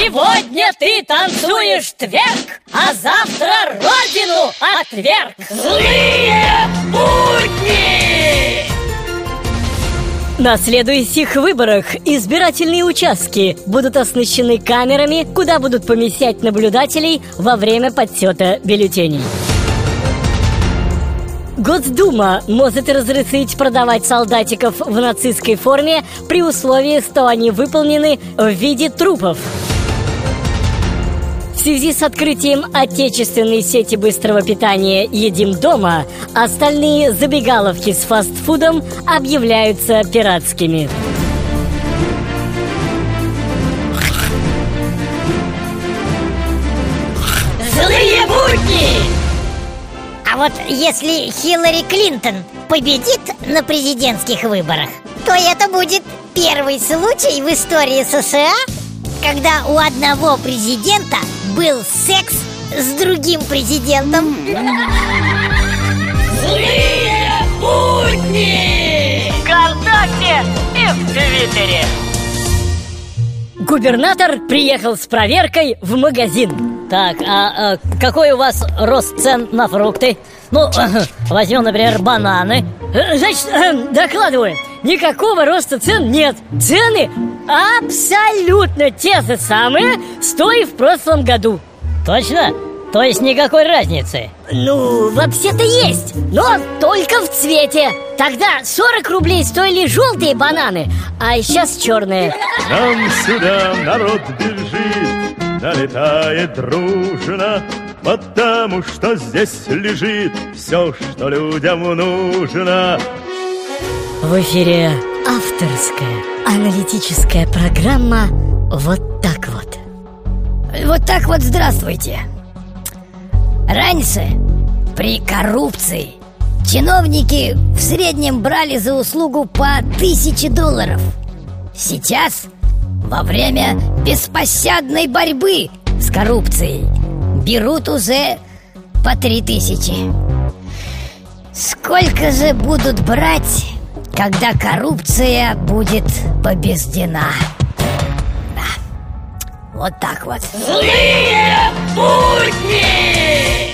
Сегодня ты танцуешь тверк, а завтра родину отверг. Злые будни! На следующих выборах избирательные участки будут оснащены камерами, куда будут помещать наблюдателей во время подсчета бюллетеней. Госдума может разрешить продавать солдатиков в нацистской форме при условии, что они выполнены в виде трупов. В связи с открытием отечественной сети быстрого питания «Едим дома» остальные забегаловки с фастфудом объявляются пиратскими. Злые будни! А вот если Хиллари Клинтон победит на президентских выборах, то это будет первый случай в истории США, когда у одного президента был секс с другим президентом. Злые будни! ВКонтакте и в Твиттере. Губернатор приехал с проверкой в магазин. Так, какой у вас рост цен на фрукты? Ну, возьмем, например, бананы. Значит, докладываю, никакого роста цен нет. Цены абсолютно те же самые, что и в прошлом году. Точно? То есть никакой разницы? Ну, вообще-то есть, но только в цвете. Тогда 40 рублей стоили желтые бананы, а сейчас черные. Нам сюда народ бежит, налетает дружно, потому что здесь лежит все, что людям нужно. В эфире авторская аналитическая программа «Вот так вот». Вот так вот здравствуйте. Раньше при коррупции чиновники в среднем брали за услугу по $1000. Сейчас, во время беспощадной борьбы с коррупцией, берут уже по 3000. Сколько же будут брать, когда коррупция будет побеждена? Да. Вот так вот. Злые будни!